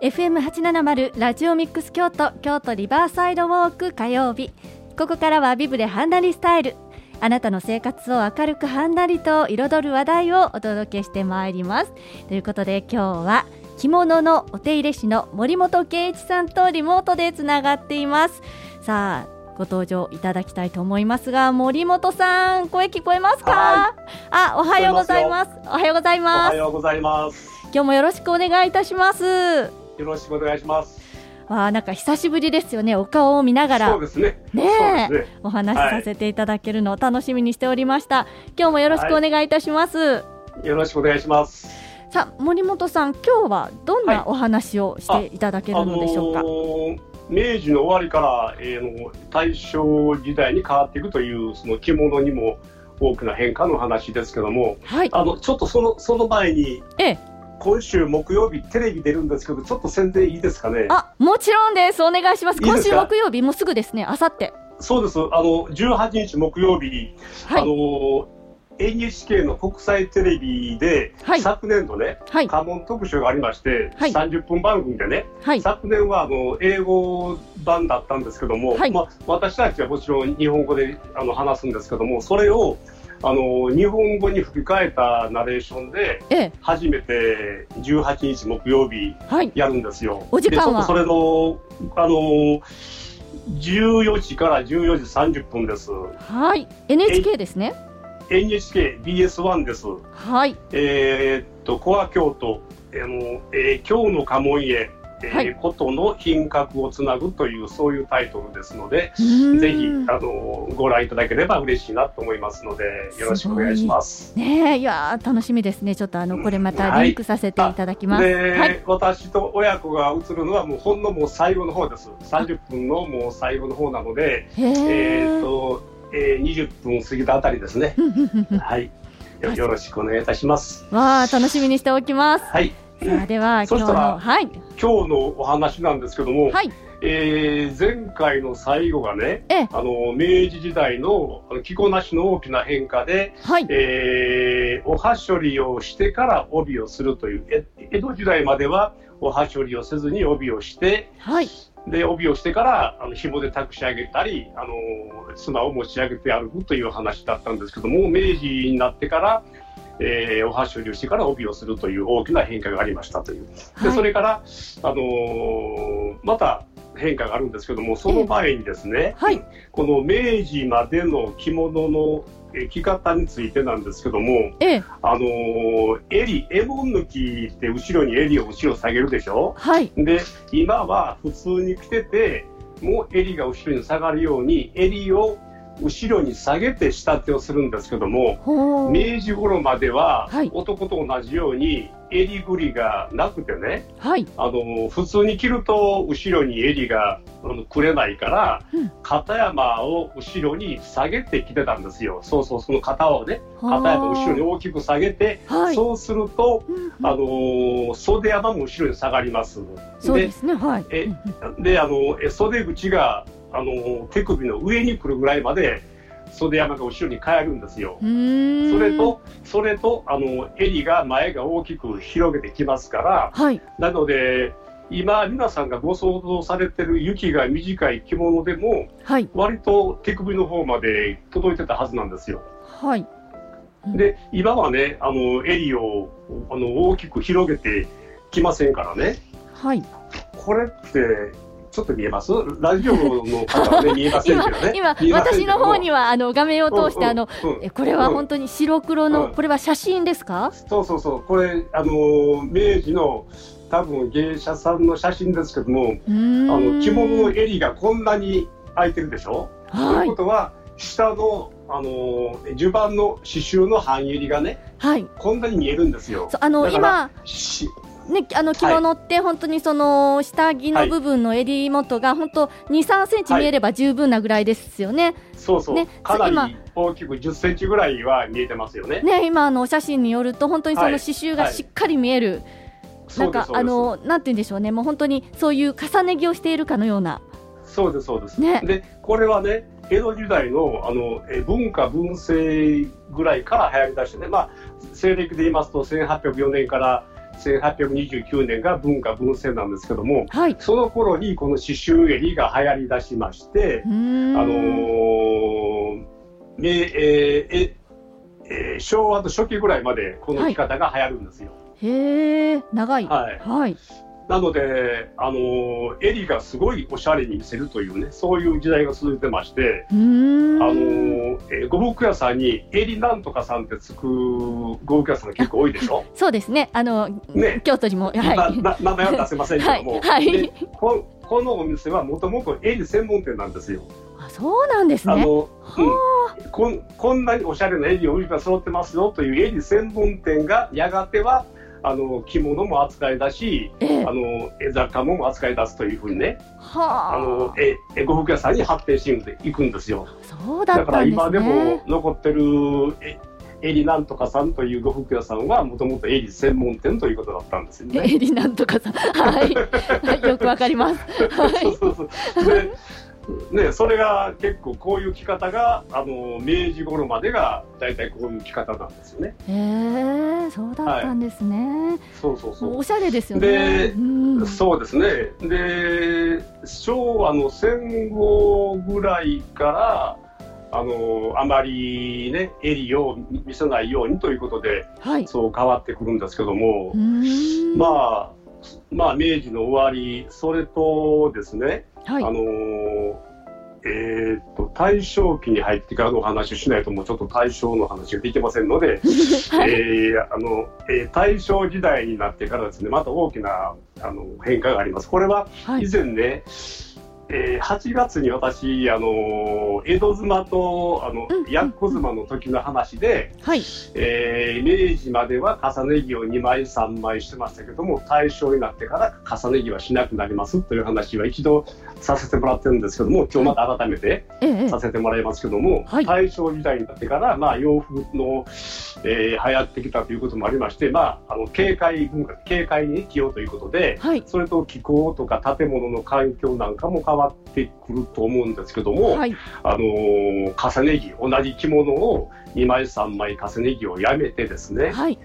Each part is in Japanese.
FM870 ラジオミックス京都、京都リバーサイドウォーク火曜日。ここからはビブレハンナリスタイル。あなたの生活を明るくはんなりと彩る話題をお届けしてまいります。ということで今日は着物のお手入れ師の森本圭一さんとリモートでつながっています。さあご登場いただきたいと思いますが、森本さん声聞こえますか？おはようございます。おはようございます。 おはようございます。 今日もよろしくお願いいたします。 よろしくお願いします。 なんか久しぶりですよね。お顔を見ながらそうですね。 お話しさせていただけるのを楽しみにしておりました。今日もよろしくお願いいたします。 よろしくお願いします。 さあ森本さん、今日はどんなお話をしていただけるのでしょうか？ 明治の終わりから、大正時代に変わっていくというその着物にも大きな変化の話ですけども、ちょっとその前に、今週木曜日テレビ出るんですけど、ちょっと宣伝いいですかね？ もちろんです。お願いします。今週木曜日もうすぐですね。あさって。 そうです。18日木曜日、NHK の国際テレビで、昨年度ね、家紋特集がありまして、30分番組でね、昨年は英語版だったんですけども、私たちはもちろん日本語で話すんですけども、それを日本語に吹き替えたナレーションで初めて18日木曜日やるんですよ。 お時間はそれの14時から14時30分です。 NHK ですね。 NHK BS1 です。コア京都、京の家紋へ、ことの品格をつなぐというそういうタイトルですので、ぜひご覧いただければ嬉しいなと思いますのでよろしくお願いします。 いや楽しみですね。ちょっとこれまたリンクさせていただきます。 私と親子が映るのはほんの最後の方です。30分のもう最後の方なので、20分過ぎたあたりですね。よろしくお願いいたします。 楽しみにしておきます。では今日のお話なんですけども、前回の最後がね、明治時代の着こなしの大きな変化で、おはしょりをしてから帯をするという、江戸時代まではおはしょりをせずに帯をして、で帯をしてから紐で託し上げたり綱を持ち上げて歩くという話だったんですけども、明治になってからおはしょりをしてから帯をするという大きな変化がありましたという。でそれから、また変化があるんですけども、その前にですね、この明治までの着物の着方についてなんですけども、襟、衣紋抜きって後ろに襟を後ろ下げるでしょ。で今は普通に着ててもう襟が後ろに下がるように襟を後ろに下げて仕立てをするんですけども、明治頃までは男と同じように襟ぐりがなくてね、普通に着ると後ろに襟がくれないから、肩山を後ろに下げて着てたんですよ。その肩をね、肩山を後ろに大きく下げて、そうすると、袖山も後ろに下がります。 そうですね。 で袖口が手首の上に来るぐらいまで袖山が後ろに変えるんですよ。それと襟が前が大きく広げてきますから、なので今皆さんがご想像されてる雪が短い着物でも、割と手首の方まで届いてたはずなんですよ。で今はね襟を大きく広げてきませんからね。これってちょっと見えます？ラジオの方はね見えませんけどね。 今私の方には画面を通してこれは本当に白黒の、これは写真ですか？ そうこれ明治の多分芸者さんの写真ですけども、着物の襟がこんなに開いてるでしょ。ということは下の襦袢の刺繍の半襟がね、こんなに見えるんですよ。 今着物って本当にその下着の部分の襟元が本当 2,3 センチ見えれば十分なぐらいですよね。 かなり大きく10センチぐらいは見えてますよね。 今お写真によると本当にその刺繍がしっかり見える、なんかなんて言うんでしょうね、もう本当にそういう重ね着をしているかのような。 そうですでこれはね江戸時代の文化文政ぐらいから流行りだしてね、西暦で言いますと1804年から 1829年が文化文政なんですけども、はい、その頃にこの刺繍襟が流行りだしまして、昭和の初期ぐらいまでこの着方が流行るんですよ。 はい、へー、長い。 はい。はい、なので、襟がすごいおしゃれに見せるというね、そういう時代が続いてまして、呉服屋さんに襟なんとかさんってつく呉服屋さんが結構多いでしょ。 そうですね。ね、京都にも、 はい、名前は出せませんけども、 はい、 でこのお店はもともと襟専門店なんですよ。 あ、そうなんですね。 こんなにおしゃれな襟を売りが揃ってますよという襟専門店がやがては着物も扱い出し、雑貨も扱い出すというふうにね、呉服屋さんに発展していくんですよ。 そうだったんですね。 だから今でも残ってる襟なんとかさんという呉服屋さんはもともと襟専門店ということだったんですよね。 襟なんとかさん、はい、よくわかります。はい、 そうでね、それが結構こういう着方が明治頃までがだいたいこういう着方なんですよね。 そうだったんですね。はい、 そうおしゃれですよね。 で、そうですね。で、昭和の戦後ぐらいからあまりね襟を見せないようにということで、はい、そう変わってくるんですけども、まあ明治の終わり、それとですね、はい、大正期に入ってからの話をしないともうちょっと大正の話ができませんので、はい、大正時代になってからですね、また大きな変化があります。これは以前ね、8月に私江戸妻とやっこ妻の時の話で、はい、明治までは重ね着を2枚3枚してましたけども、大正になってから重ね着はしなくなりますという話は一度させてもらってるんですけども、今日また改めてさせてもらいますけども、はい、大正時代になってから、洋服の、流行ってきたということもありまして、警戒文化、警戒に着ようということで、はい、それと気候とか建物の環境なんかも変わってくると思うんですけども、はい、重ね着、同じ着物を2枚3枚重ね着をやめてですね、はい、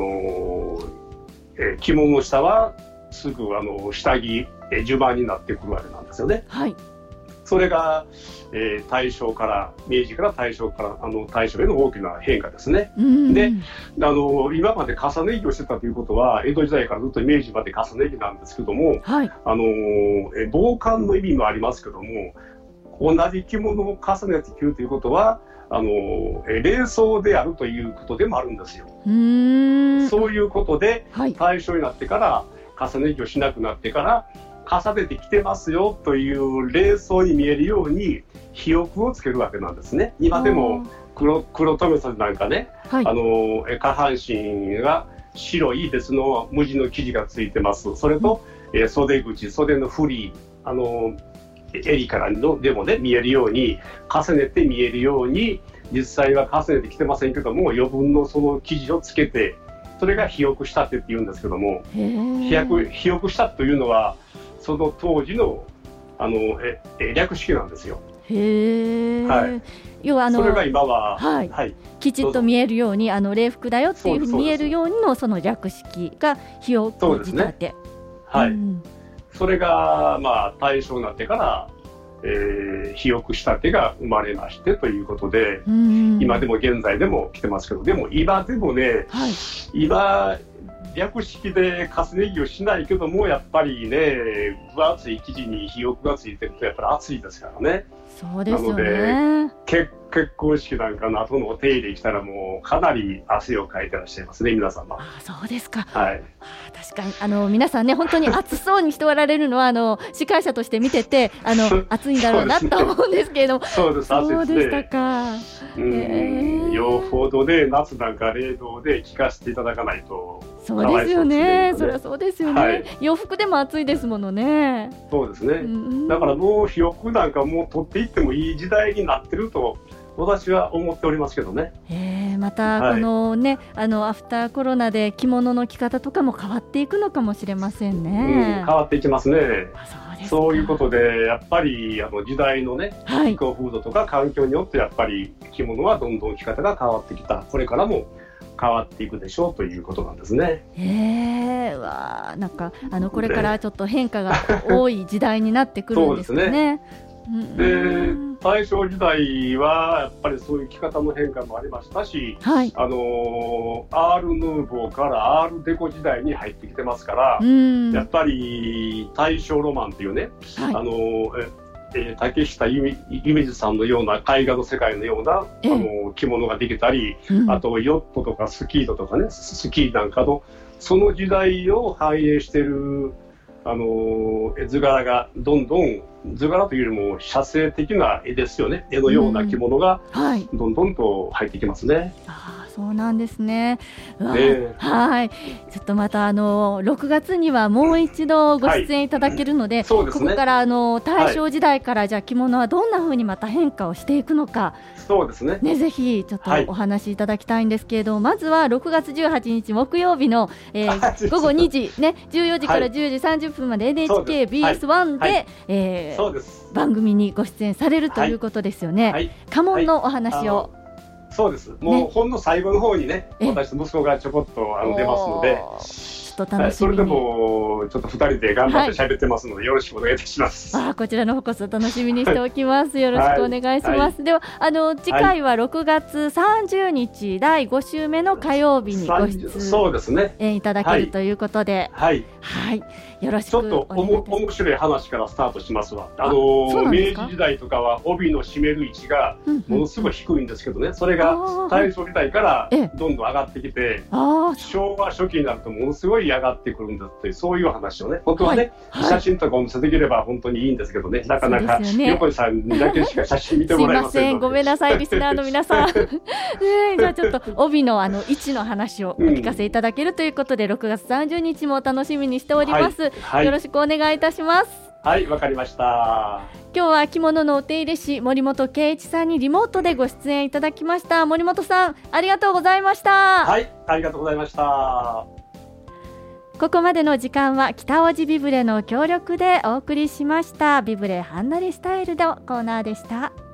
着物の下はすぐ下着襦袢になってくるわけなんですよね。はい、それが、大正から明治から大正から大正への大きな変化ですね。で、今まで重ね着をしてたということは江戸時代からずっと明治まで重ね着なんですけども、はい、防寒の意味もありますけども、同じ着物を重ねて着るということは冷装であるということでもあるんですよ。そういうことで、はい、大正になってから重ね着をしなくなってから重ねて着てますよという冷装に見えるように肥沃をつけるわけなんですね。今でも黒留袖なんかね、はい、下半身が白い別の無地の生地がついてます。それと、袖口、袖のフリー、襟からのでもね見えるように重ねて見えるように、実際は重ねて着てませんけども余分のその生地をつけて、それが肥沃仕立てって言うんですけども、肥沃仕立てというのはその当時の略式なんですよ。 へー、はい、要はそれが今は、 はいはい、きちっと見えるように礼服だよっていうふうに見えるようにのその略式が肥沃仕立て。 はい、それが大正になってから肥沃仕立てが生まれましてということで、今でも現在でも着てますけど、でも今でもね、はい、今略式で重ね着をしないけども、やっぱりね分厚い生地に肥沃がついてるとやっぱり暑いですからね。 そうですよね。 なので結婚式なんかの後のお手入れしたらもうかなり汗をかいてらっしゃいますね、皆様。 そうですか。 はい、 確かに皆さんね本当に暑そうにしておられるのは司会者として見てて暑いんだろうなと思うんですけれども。 そうです、暑いですね。 そうでしたか。 よほどね夏なんか冷凍で着かせていただかないと。 そうですよね。そりゃそうですよね、はい、洋服でも暑いですものね。 そうですね、だからもう肥沃なんかもう取っていってもいい時代になってると私は思っておりますけどね。 またこのね、アフターコロナで着物の着方とかも変わっていくのかもしれませんね。 変わっていきますね。そういうことでやっぱり時代のね、気候風土とか環境によってやっぱり着物はどんどん着方が変わってきた。これからも変わっていくでしょうということなんですね。 わなんかこれからちょっと変化が多い時代になってくるんですかね。 で大正時代はやっぱりそういう着方の変化もありましたし、 はい、 アール・ヌーボーからアール・デコ時代に入ってきてますから、やっぱり大正ロマンというね、竹下夢二さんのような絵画の世界のような着物ができたり、あとヨットとかスキートとかね、スキーなんかのその時代を反映している図柄がどんどん図柄というよりも写生的な絵ですよね。絵のような着物がどんどんと入ってきますね。 そうなんですね。はい。ちょっとまた6月にはもう一度ご出演いただけるので、ここから大正時代からじゃあ着物はどんな風にまた変化をしていくのか、 そうですね。 ぜひちょっとお話しいただきたいんですけれども、まずは6月18日木曜日の、午後2時ね、14時から10時30分まで NHKBS1 で、番組にご出演されるということですよね。家紋のお話を。 そうです。もう本の最後の方にね、私と息子がちょこっと出ますので、 ちょっと楽しみに。 それでもちょっと2人で頑張って喋ってますので、よろしくお願いいたします。 こちらの方こそ楽しみにしておきます。よろしくお願いします。では次回は6月30日第5週目の火曜日にご出演いただけるということで、よろしくお願いいたします。ちょっと面白い話からスタートしますわ。明治時代とかは帯の締める位置がものすごい低いんですけどね、それが大正時代からどんどん上がってきて、昭和初期になるとものすごい上がってくるんだっていう、そういう話をね、本当はね、写真とかお見せできれば本当にいいんですけどね、なかなか横井さんだけしか写真見てもらえませんので。 すいません、ごめんなさいリスナーの皆さん。じゃあちょっと帯の位置の話をお聞かせいただけるということで、6月30日も楽しみにしております。よろしくお願いいたします。 はい、わかりました。 今日は着物のお手入れ師森本圭一さんにリモートでご出演いただきました。森本さん、ありがとうございました。 はい、ありがとうございました。 ここまでの時間は北大路ビブレの協力でお送りしました。ビブレハンナリスタイルのコーナーでした。